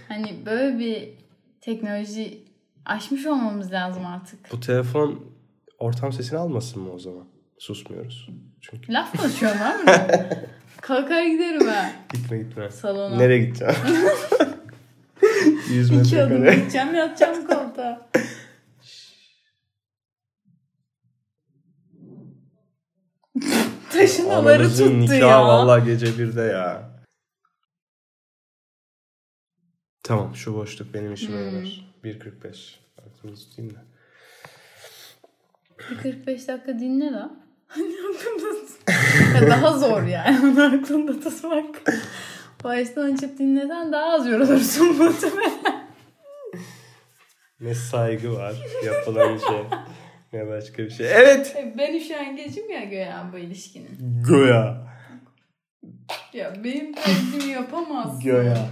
Hani böyle bir teknoloji aşmış olmamız lazım artık. Bu telefon ortam sesini almasın mı o zaman? Susmuyoruz. Çünkü. Laf konuşuyorum abi. Kalkar giderim ha. Gitme. Salona. Nereye gideceğim? 100 metre 2 adım kare. gideceğim, yatacağım koltuğa. Taşımaları Anamızın tuttu nikahı ya. vallahi gece 1'de ya. Tamam, şu boşluk benim işime yarar. 1.45. Aklımda tutayım da. 45 dakika dinle la. Hani aklımda tut. Daha zor yani onu aklımda tutmak. Baştan açıp dinlesen daha az yorulursun muhtemelen. Ne saygı var yapılan şey. Ne başka bir şey. Evet. Ben üşengecim ya göya bu ilişkinin. Göya. Ya benim taklidimi yapamazsın. Göya.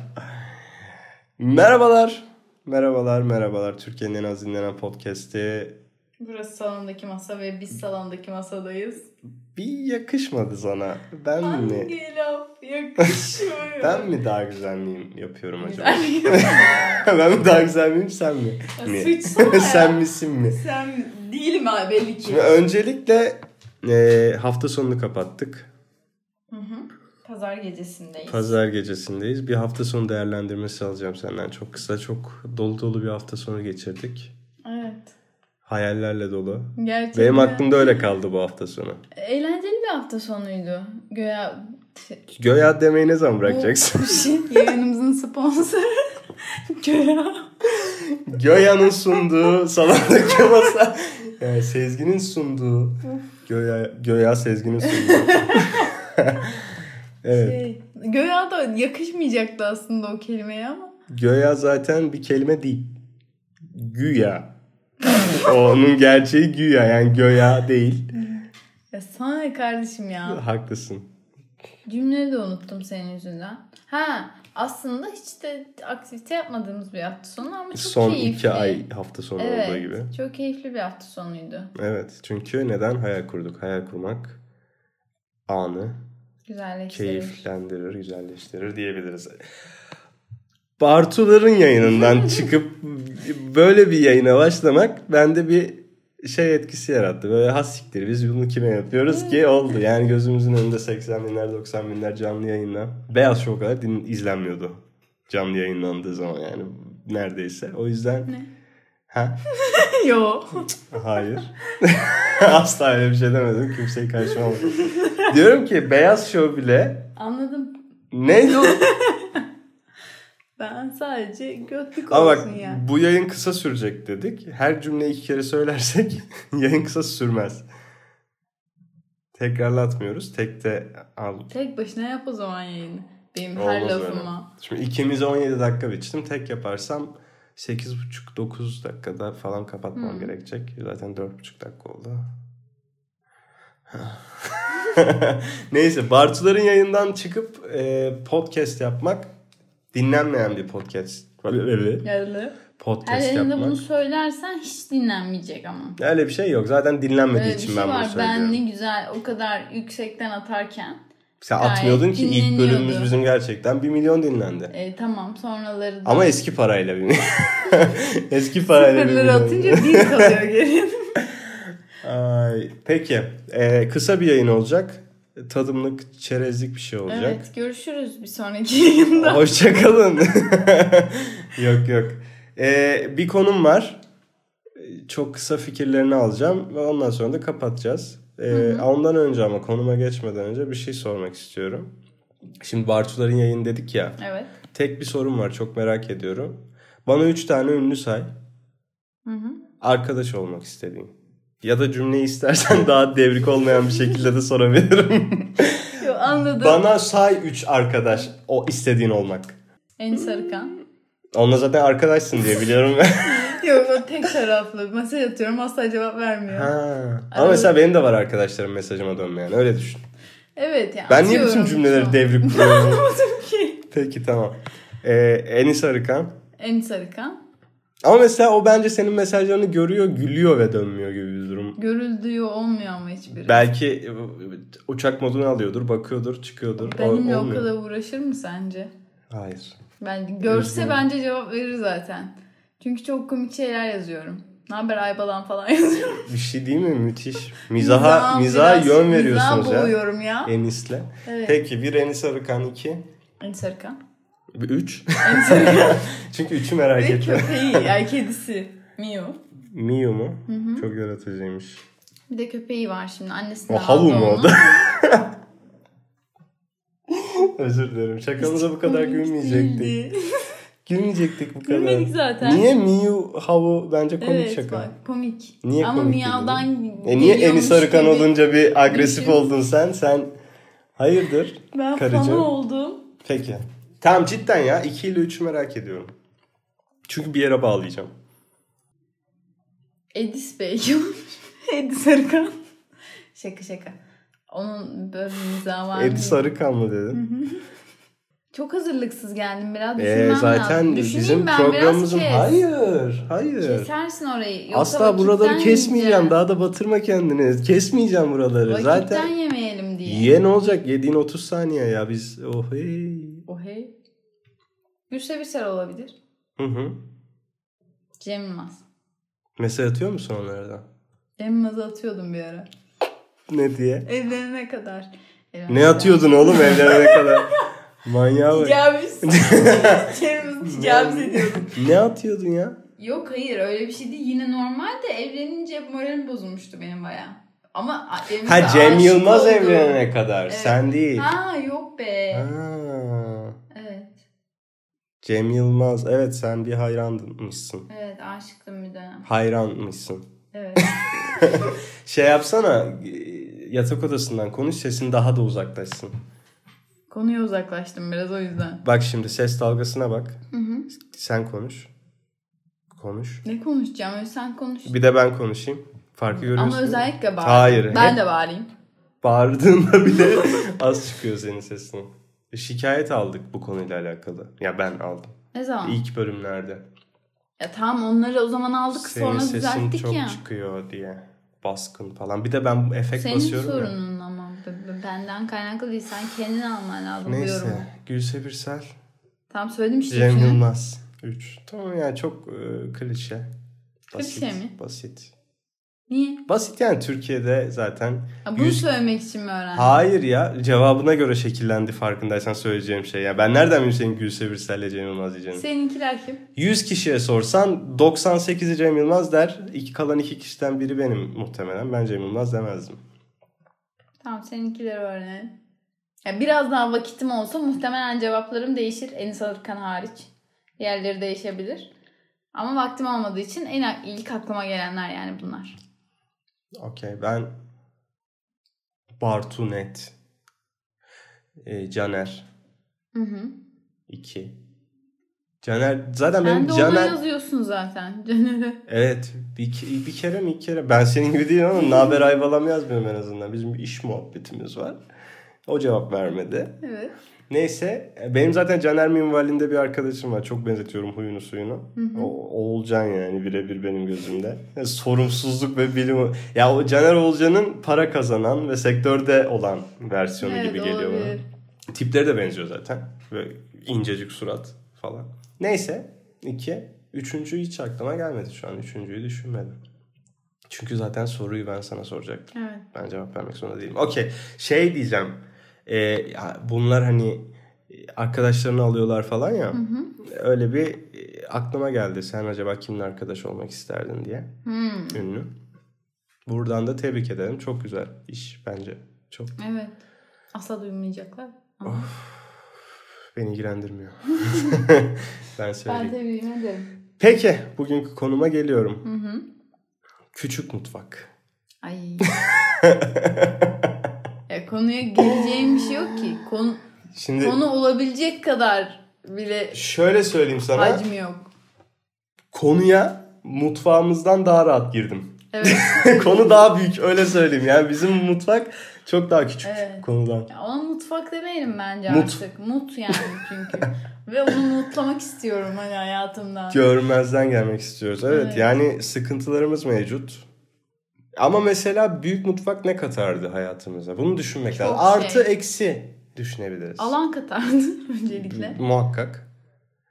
Merhabalar. Türkiye'nin en az dinlenen podcast'i. Burası salondaki masa ve biz salondaki masadayız. Bir yakışmadı sana. Ben Hangi mi? laf yakışmıyor? Ben mi daha güzel miyim yapıyorum acaba? Ben mi daha güzel miyim, sen mi? Sıçsana ya. Sen misin mi? Sen değilim abi belli ki. Şimdi öncelikle hafta sonunu kapattık. Pazar gecesindeyiz. Bir hafta sonu değerlendirmesi alacağım senden. Çok kısa, çok dolu bir hafta sonu geçirdik. Evet. Hayallerle dolu. Gerçekten. Benim aklımda öyle kaldı bu hafta sonu. Eğlenceli bir hafta sonuydu. Göya demeyi ne zaman bırakacaksın? Yayınımızın sponsoru. Göya. Göya'nın sunduğu salondaki masa. Yani Sezgin'in sunduğu. Göya Sezgin'in sunduğu. Evet. Göya da yakışmayacaktı aslında o kelimeye ama. Göya zaten bir kelime değil. Güya. Onun gerçeği güya, yani göya değil. Ya sana kardeşim ya. Haklısın. Cümleyi de unuttum senin yüzünden. Aslında hiç de aktivite yapmadığımız bir hafta sonu ama çok son keyifli. 2 ay hafta sonu olduğu gibi. Çok keyifli bir hafta sonuydu. Evet, çünkü neden? Hayal kurduk. Hayal kurmak anı keyiflendirir, güzelleştirir diyebiliriz. Bartuların yayınından çıkıp böyle bir yayına başlamak bende bir etkisi yarattı. Böyle hassiktir, biz bunu kime yapıyoruz ki oldu. Yani gözümüzün önünde 80 binler 90 binler canlı yayınla. Beyaz Show kadar izlenmiyordu canlı yayınlandığı zaman, yani neredeyse. O yüzden... Ne? Ha? Yok. Hayır. Asla öyle bir şey demedim. Kimseyi karşıma almadım. Diyorum ki Beyaz Show bile... Anladım. Neydi o? Ben sadece götlük ama olsun bak, ya. bu yayın kısa sürecek dedik. Her cümleyi 2 kere söylersek yayın kısa sürmez. Tekrarlatmıyoruz. Tek başına yap o zaman yayını. Benim olmaz her öyle. lafıma. Şimdi ikimize 17 dakika biçtim. Tek yaparsam 8,5-9 dakikada falan kapatmam gerekecek. Zaten 4,5 dakika oldu. Neyse, Bartuların yayından çıkıp podcast yapmak, dinlenmeyen bir podcast. Podcast her yerinde yapmak. bunu söylersen hiç dinlenmeyecek ama. Öyle bir şey yok. Zaten dinlenmediği için ben bunu söylüyorum. Ben ne güzel o kadar yüksekten atarken. Sen atmıyordun ki, ilk bölümümüz bizim gerçekten 1 milyon dinlendi. Tamam, sonraları da. Ama eski parayla 1 milyon. Eski parayla 1 milyon. Sıfırları atınca 1 kalıyor geriye. Peki. Kısa bir yayın olacak. Tadımlık, çerezlik bir şey olacak. Evet, görüşürüz bir sonraki yayında. Hoşçakalın. Yok. Bir konum var. Çok kısa fikirlerini alacağım ve ondan sonra da kapatacağız. Ondan önce, ama konuma geçmeden önce bir şey sormak istiyorum. Şimdi Bartuların yayın dedik ya. Evet. Tek bir sorum var, çok merak ediyorum. Bana 3 tane ünlü say. Arkadaş olmak istediğin. Ya da cümleyi istersen daha devrik olmayan bir şekilde de sorabilirim. Yok, anladım. Bana say 3 arkadaş o istediğin olmak. Enis Arıkan. Onunla zaten arkadaşsın diye biliyorum ben. Yok, o tek taraflı. Mesaj atıyorum, asla cevap vermiyor. Ama mesela benim de var arkadaşlarım mesajıma dönmeyen. Öyle düşün. Evet yani. Ben niye bütün cümleleri devrik kuruyorum? Anlamadım ki. Peki, tamam. Enis Arıkan. Enis Arıkan. Ama mesela o bence senin mesajlarını görüyor, gülüyor ve dönmüyor gibi bir durum. Görüldüğü olmuyor ama hiçbiri. Belki uçak modunu alıyordur, bakıyordur, çıkıyordur. Benimle o kadar uğraşır mı sence? Hayır. Ben görse Üzgünüm. bence cevap verir zaten. Çünkü çok komik şeyler yazıyorum. Ne haber Aybalan falan yazıyorum. Bir şey değil mi? Müthiş. Mizaha yön veriyorsunuz ya. Boğuyorum ya. Enis'le. Evet. Peki bir Enis Arıkan, 2. Enis Arıkan. 3. Enis Arıkan. Çünkü 3'ü merak Ve ettim. köpeği, yani kedisi. Miu. Miu mu? Hı-hı. Çok yaratıcıymış. Bir de köpeği var şimdi. Annesinden aldı havu mu onu. o da? Özür dilerim. Şakamıza bu kadar gülmeyecektik. Gülmeyecektik bu kadar. Gülmedik zaten. Niye Miu havu bence komik evet, şaka. Bak, komik. Niye ama komik miyavdan niye Enis Arıkan gibi olunca bir agresif oldun sen? Sen hayırdır? Ben karıcığım? fanı oldum. Peki. Tamam cidden ya. 2 ile 3'ü merak ediyorum. Çünkü bir yere bağlayacağım. Edis Bey. Edis Arıkan. Şaka. Onun böyle bir mizahı var. Edis Arıkan mı dedin? Çok hazırlıksız geldim. Biraz düşünmem zaten lazım. bizim ben programımızın... biraz Hayır. Kesersin orayı. Yoksa asla buraları kesmeyeceğim. yemeyeceğim. Daha da batırma kendini. Kesmeyeceğim buraları. Vakitten zaten yemeyelim diye. Ye ne olacak? Yediğin 30 saniye ya. Biz Oh hey. Gülse Birsel olabilir. Hı. Cem Yılmaz. Mesaj atıyor musun onlara da? Cem Yılmaz'ı atıyordum bir ara. Ne diye? Evlenene kadar. Ne atıyordun oğlum evlenene kadar? Manyağa bak. Tecavüz. Cem Yılmaz'ı tecavüz ediyordum. Ne atıyordun ya? Yok hayır öyle bir şey değil. Yine normal de evlenince moralim bozulmuştu benim bayağı. Ama Cem Yılmaz oldum. evlenene kadar. Evet. Sen değil. Yok be. Evet. Cem Yılmaz. Evet sen bir hayranmışsın. Evet aşıktım bir dönem. Hayranmışsın. Evet. Şey yapsana, yatak odasından konuş, sesin daha da uzaklaşsın. Konuya uzaklaştım biraz o yüzden. Bak şimdi ses dalgasına bak. Hı. Sen konuş. Konuş. Ne konuşacağım? Öyle sen konuş. Bir de ben konuşayım. Farkı görüyorsun. Ama özellikle bağır. Hayır. Ben de bağırayım. Bağırdığında bile az çıkıyor senin sesin. Şikayet aldık bu konuyla alakalı. Ya ben aldım. Ne zaman? İlk bölümlerde. Ya tamam onları o zaman aldık senin sonra düzelttik ya. Senin düzelttik sesin ya. çok çıkıyor diye. Baskın falan. Bir de ben efekt senin basıyorum ya. Senin sorunun ama. Benden kaynaklı değil. Sen kendin alman lazım. Neyse. Gülse Birsel. Tamam söyledim işte. Cem Yılmaz. 3. Tamam yani çok klişe. Basit, klişe mi? Basit. Niye? Basit yani Türkiye'de zaten. Bunu söylemek için mi öğrendin? Hayır ya cevabına göre şekillendi farkındaysan söyleyeceğim şey. Yani ben nereden bileyim senin Gülse Birsel'le Cem Yılmaz diyeceğini. Seninkiler kim? 100 kişiye sorsan 98'i Cem Yılmaz der. Kalan 2 kişiden biri benim muhtemelen. Ben Cem Yılmaz demezdim. Tamam seninkileri öğrenelim. Ya biraz daha vakitim olsa muhtemelen cevaplarım değişir. Enis Arıkan hariç. Diğerleri değişebilir. Ama vaktim olmadığı için ilk aklıma gelenler yani bunlar. Okey ben Bartu Net, Caner 2. Caner zaten benim Caner. Sen de ona yazıyorsun zaten Caner'e. Evet bir kere mi 2 kere ben senin gibi değilim ama naber Aybalam yazmıyorum en azından. Bizim bir iş muhabbetimiz var. O cevap vermedi. Evet. Neyse benim zaten Caner minvalinde bir arkadaşım var. Çok benzetiyorum huyunu suyunu. Oğulcan yani birebir benim gözümde. Yani sorumsuzluk ve bilim. Ya o Caner Oğulcan'ın para kazanan ve sektörde olan versiyonu gibi geliyor bana. Tipleri de benziyor zaten. Böyle incecik surat falan. Neyse 2. 3. hiç aklıma gelmedi şu an. 3.'yü düşünmedim. Çünkü zaten soruyu ben sana soracaktım. Evet. Ben cevap vermek zorunda değilim. Okey. Şey diyeceğim. Bunlar hani arkadaşlarını alıyorlar falan ya. Öyle bir aklıma geldi. Sen acaba kimle arkadaş olmak isterdin diye. Ünlü. Buradan da tebrik ederim. Çok güzel iş bence. Çok. Evet. Asla duymayacaklar. Ama... Beni ilgilendirmiyor. Ben söyleyeyim. Ben tebrik ederim. Peki. Bugünkü konuma geliyorum. Küçük mutfak. Ay. Konuya geleceğim bir şey yok ki. Konu olabilecek kadar bile şöyle söyleyeyim sana. Hacmi yok. Konuya mutfağımızdan daha rahat girdim. Evet. Konu daha büyük öyle söyleyeyim. Yani bizim mutfak çok daha küçük konudan. Ya ona mutfak demeyelim bence artık. Mut yani çünkü. Ve onu mutlamak istiyorum hani hayatımdan. Görmezden gelmek istiyoruz. Evet yani sıkıntılarımız mevcut. Ama mesela büyük mutfak ne katardı hayatımıza? Bunu düşünmek lazım. Artı eksi düşünebiliriz. Alan katardı öncelikle. Muhakkak.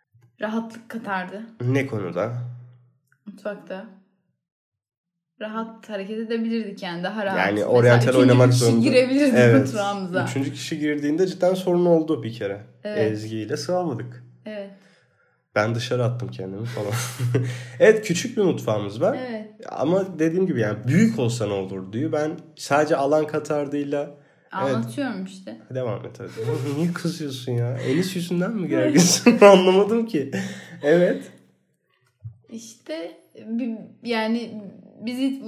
rahatlık katardı Ne konuda? mutfakta. Rahat hareket edebilirdik yani, daha rahat. Yani Mesela oryantal oynamak zorunda. Üçüncü kişi girebilirdi Evet. mutfağımıza. Üçüncü kişi girdiğinde cidden sorun oldu bir kere. Evet. Ezgi ile sığamadık. Evet. Ben dışarı attım kendimi falan. Evet, küçük bir mutfağımız var. Evet. Ama dediğim gibi yani büyük olsa ne olur diyor. Ben sadece alan katardığıyla... Anlatıyorum işte. Devam et hadi. Niye kızıyorsun ya? Enis yüzünden mi gerginsin? Anlamadım ki. Evet. İşte yani bizi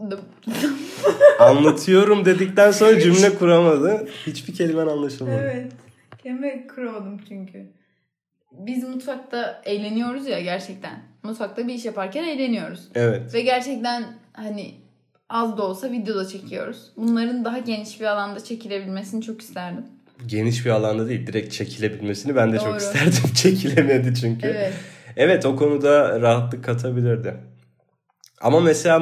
anlatıyorum dedikten sonra cümle kuramadı. Hiçbir kelimen anlaşılmadı. Evet. Kelime kuramadım çünkü. Biz mutfakta eğleniyoruz ya gerçekten. Mutfakta bir iş yaparken eğleniyoruz. Evet. Ve gerçekten hani az da olsa video da çekiyoruz. Bunların daha geniş bir alanda çekilebilmesini çok isterdim. Geniş bir alanda değil, direkt çekilebilmesini ben de Doğru. çok isterdim. Çekilemedi çünkü. Evet. Evet, o konuda rahatlık katabilirdi. Ama mesela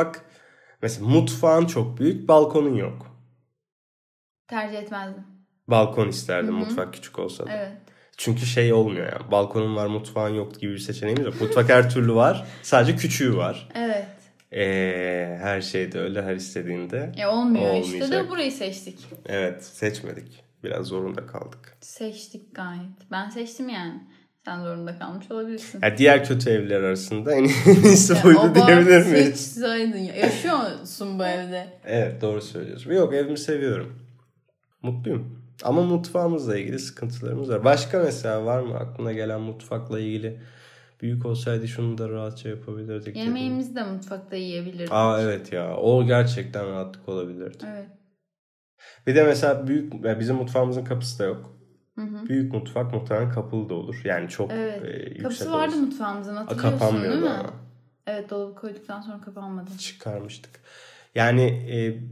mutfağın çok büyük, balkonun yok. Tercih etmezdim. Balkon isterdim. Hı-hı. Mutfak küçük olsa da. Evet. Çünkü şey olmuyor yani. Balkonun var, mutfağın yok gibi bir seçeneğimiz yok. Mutfak her türlü var. Sadece küçüğü var. Evet. Her şeyde öyle, her istediğinde. Olmuyor işte de burayı seçtik. Evet, seçmedik. Biraz zorunda kaldık. Seçtik gayet. Ben seçtim yani. Sen zorunda kalmış olabilirsin. Yani diğer kötü evler arasında en iyisi buydu diyebilir miyiz? Seçsaydın. Yaşıyorsun bu evde. Evet, doğru söylüyorsun. Yok, evimi seviyorum. Mutluyum. Ama mutfağımızla ilgili sıkıntılarımız var. Başka mesela var mı aklına gelen mutfakla ilgili? Büyük olsaydı şunu da rahatça yapabilirdik. Yemeğimizi de mutfakta yiyebilirdik. Evet ya. O gerçekten rahatlık olabilirdi. Evet. Bir de mesela bizim mutfağımızın kapısı da yok. Hı-hı. Büyük mutfak muhtemelen kapılı da olur. Yani çok yüksek kapısı vardı olursa. mutfağımızın, hatırlıyorsun kapanmıyordu değil mi? ama. Evet, dolabı koyduktan sonra kapanmadı. Çıkarmıştık. Yani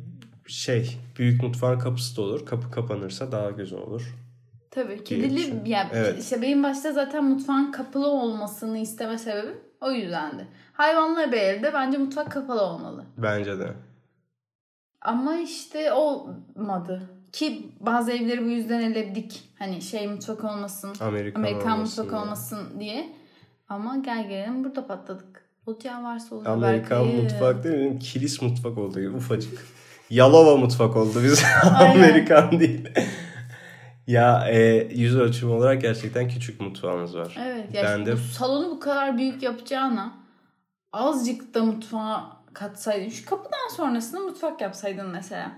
büyük mutfağın kapısı da olur. Kapı kapanırsa daha güzel olur. Tabii kilitli yani evet. İşte benim başta zaten mutfağın kapalı olmasını isteme sebebim o yüzdendi. Hayvanlı bir evde bence mutfak kapalı olmalı. Bence de. Ama işte olmadı. Ki bazı evleri bu yüzden eledik. Hani mutfak olmasın. Amerikan mutfak olmasın diye. Ama gel gelelim burada patladık. Olacağı varsa olacağı. Amerikan mutfak değil mi? Kilis mutfak oldu. Ufacık. Yalova mutfak oldu biz. Amerikan değil. Ya yüz ölçümü olarak gerçekten küçük mutfağımız var. Evet. Yani bu salonu bu kadar büyük yapacağına azıcık da mutfağa katsaydın. Şu kapıdan sonrasını mutfak yapsaydın mesela.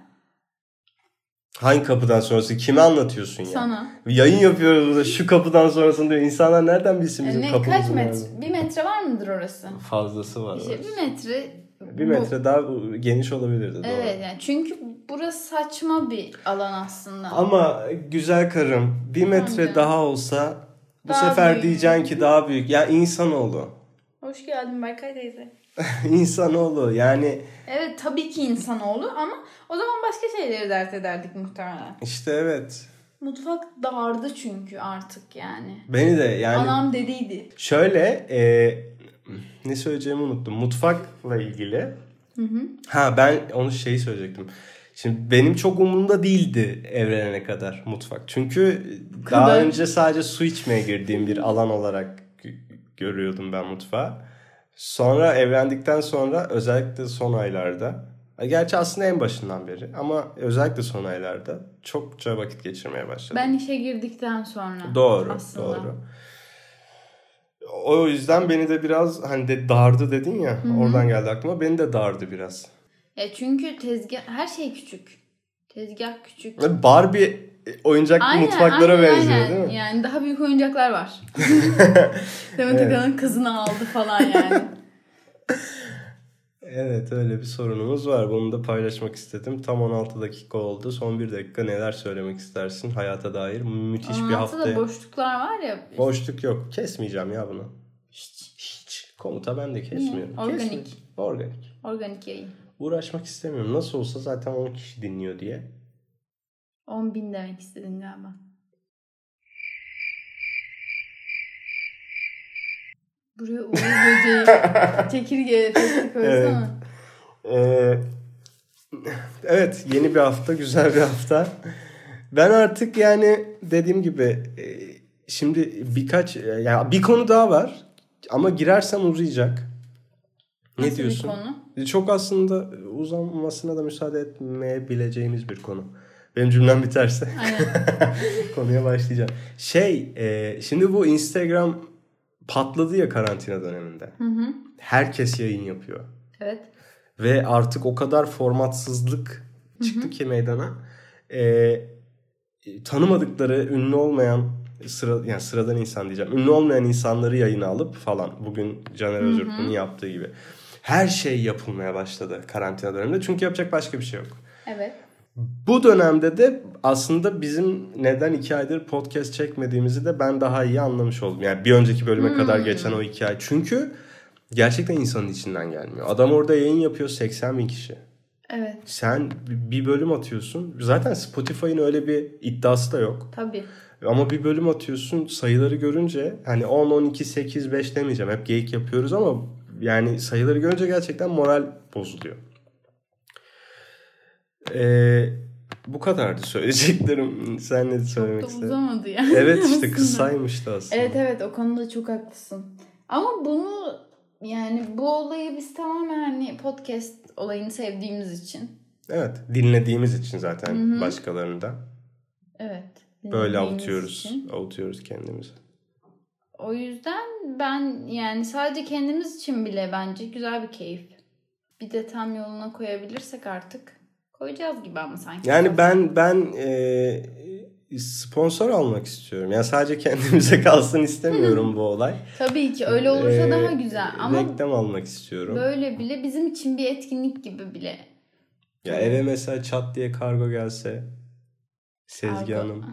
Hangi kapıdan sonrası? Kime anlatıyorsun ya? Sana. Yayın yapıyoruz burada. Şu kapıdan sonrasını diyor. İnsanlar nereden bilsin bizim kapımızın? Kaç metre? 1 metre var mıdır orası? Fazlası var. İşte 1 metre. 1 metre daha geniş olabilirdi. Evet yani çünkü burası saçma bir alan aslında. Ama güzel karım 1 metre daha olsa bu daha sefer büyük. diyeceksin ki daha büyük. Ya insanoğlu. Hoş geldin Berkay teyze. İnsanoğlu yani. Evet tabii ki insanoğlu ama o zaman başka şeyleri dert ederdik muhtemelen. İşte evet. Mutfak dardı çünkü artık yani. Beni de yani. Anam dediydi. Şöyle ne söyleyeceğimi unuttum. Mutfakla ilgili. Hı. Ben onu söyleyecektim. Şimdi benim çok umurumda değildi evlenene kadar mutfak. Çünkü daha önce sadece su içmeye girdiğim bir alan olarak görüyordum ben mutfağı. Sonra evlendikten sonra özellikle son aylarda, gerçi aslında en başından beri ama özellikle son aylarda çokça vakit geçirmeye başladım. Ben işe girdikten sonra. Doğru, aslında. doğru. O yüzden beni de biraz hani dardı dedin ya. Hı-hı. Oradan geldi aklıma. Beni de dardı biraz. Ya çünkü her şey küçük. Tezgah küçük. Barbie oyuncak mutfaklara benziyor değil mi? Yani daha büyük oyuncaklar var. Demet Akalın kızını aldı falan yani. Evet, öyle bir sorunumuz var. Bunu da paylaşmak istedim. Tam 16 dakika oldu. Son 1 dakika neler söylemek istersin hayata dair? Müthiş bir hafta. 16'da boşluklar var ya. Boşluk yok. Kesmeyeceğim ya bunu. Hiç. Komuta ben de kesmiyorum. Organik. Organik yayın. Uğraşmak istemiyorum. Nasıl olsa zaten 10 kişi dinliyor diye. 10.000 demek istedin galiba. Buraya uğur böceği çekirge efekti koysana. Evet, yeni bir hafta, güzel bir hafta. Ben artık yani dediğim gibi şimdi bir konu daha var ama girersem uzayacak. Ne Nasıl diyorsun? bir konu? Çok aslında uzanmasına da müsaade etmeyebileceğimiz bir konu. Benim cümlem biterse konuya başlayacağım. Şimdi bu Instagram patladı ya karantina döneminde. Hı. Herkes yayın yapıyor. Evet. Ve artık o kadar formatsızlık çıktı ki meydana. Tanımadıkları, ünlü olmayan yani sıradan insan diyeceğim. Ünlü olmayan insanları yayına alıp falan. Bugün Caner Özürk'ün yaptığı gibi. Her şey yapılmaya başladı karantina döneminde. Çünkü yapacak başka bir şey yok. Evet. Bu dönemde de aslında bizim neden 2 aydır podcast çekmediğimizi de ben daha iyi anlamış oldum. Yani bir önceki bölüme kadar geçen o 2 ay. Çünkü gerçekten insanın içinden gelmiyor. Adam orada yayın yapıyor, 80 bin kişi. Evet. Sen bir bölüm atıyorsun. Zaten Spotify'ın öyle bir iddiası da yok. Tabii. Ama bir bölüm atıyorsun, sayıları görünce hani 10, 12, 8, 5 demeyeceğim. Hep geyik yapıyoruz ama yani sayıları görünce gerçekten moral bozuluyor. Bu kadardı söyleyeceklerim. Sen ne söylemek istedin? Çok da uzamadı ya. Evet işte kısaymıştı aslında. Evet o konuda çok haklısın. Ama bunu yani bu olayı biz tamamen hani podcast olayını sevdiğimiz için. Evet, dinlediğimiz için zaten başkalarında. Evet. Böyle avutuyoruz kendimizi. O yüzden ben yani sadece kendimiz için bile bence güzel bir keyif. Bir de tam yoluna koyabilirsek artık koyacağız gibi ama sanki. Yani ben sponsor almak istiyorum. Yani sadece kendimize kalsın istemiyorum bu olay. Tabii ki öyle olursa daha güzel ama reklam almak istiyorum. Böyle bile bizim için bir etkinlik gibi bile. Ya eve mesela çat diye kargo gelse Sezgi Hanım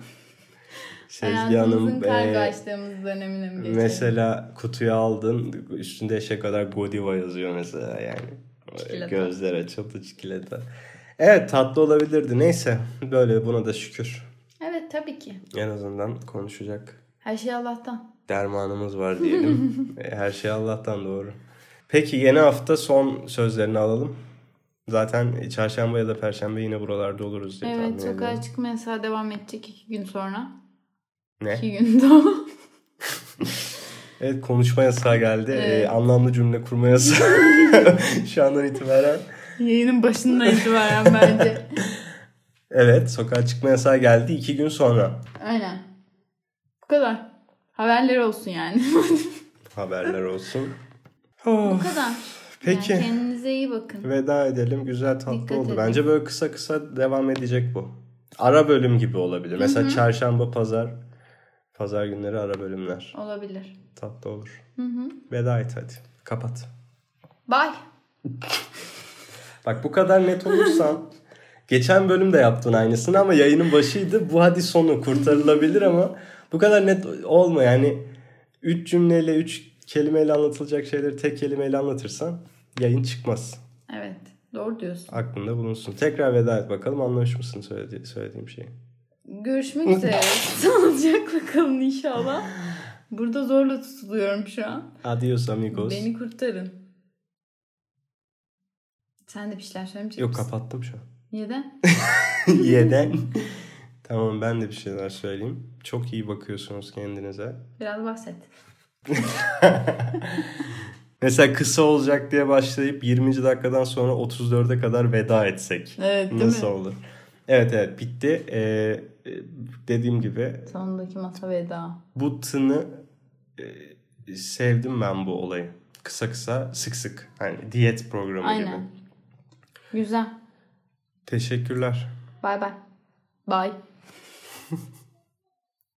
kargo açtığımız dönemine mi geçelim? Mesela kutuyu aldın, üstünde eşe kadar Godiva yazıyor mesela yani. Çikolata. Gözler açıldı, çikolata. Evet, tatlı olabilirdi. Neyse, böyle buna da şükür. Evet, tabii ki. En azından konuşacak. Her şey Allah'tan. Dermanımız var diyelim. Her şey Allah'tan, doğru. Peki yeni hafta son sözlerini alalım. Zaten çarşamba ya da perşembe yine buralarda oluruz diye tahmin ediyorum. Evet, sokağa çıkma yasağı devam edecek 2 gün sonra. Ne? 2 gün daha. Evet, konuşma yasağı geldi. Evet. Anlamlı cümle kurma yasağı. Şu andan itibaren. Yayının başından itibaren bence. Evet, sokağa çıkma yasağı geldi 2 gün sonra. Aynen. Bu kadar. Haberler olsun yani. Haberler olsun. Bu kadar. Peki. Yani kendinize iyi bakın. Veda edelim. Güzel, tatlı Dikkat oldu. edin. Bence böyle kısa kısa devam edecek bu. Ara bölüm gibi olabilir. Hı-hı. Mesela çarşamba, pazar günleri ara bölümler. Olabilir. Tatlı olur. Hı-hı. Veda et hadi. Kapat. Bye. Bak bu kadar net olursan geçen bölüm de yaptın aynısını ama yayının başıydı. Bu hadi sonu kurtarılabilir ama bu kadar net olma yani 3 cümleyle 3 kelimeyle anlatılacak şeyleri tek kelimeyle anlatırsan yayın çıkmaz. Evet, doğru diyorsun. Aklında bulunsun. Tekrar veda et bakalım, anlamış mısın söylediğim şeyi? Görüşmek üzere. Sağlıcakla kalın inşallah. Burada zorla tutuluyorum şu an. Adios amigos. Beni kurtarın. Sen de bir şeyler söylemeyecek misin? Yok, kapattım şu an. Neden? Neden? Tamam, ben de bir şeyler söyleyeyim. Çok iyi bakıyorsunuz kendinize. Biraz bahset. Mesela kısa olacak diye başlayıp 20. dakikadan sonra 34'e kadar veda etsek. Evet, değil Nasıl mi? olur? Evet bitti. Dediğim gibi. Sondaki masa veda. Bu tını sevdim ben bu olayı. Kısa sık sık. Yani diyet programı Aynen. gibi. Güzel. Teşekkürler. Bye.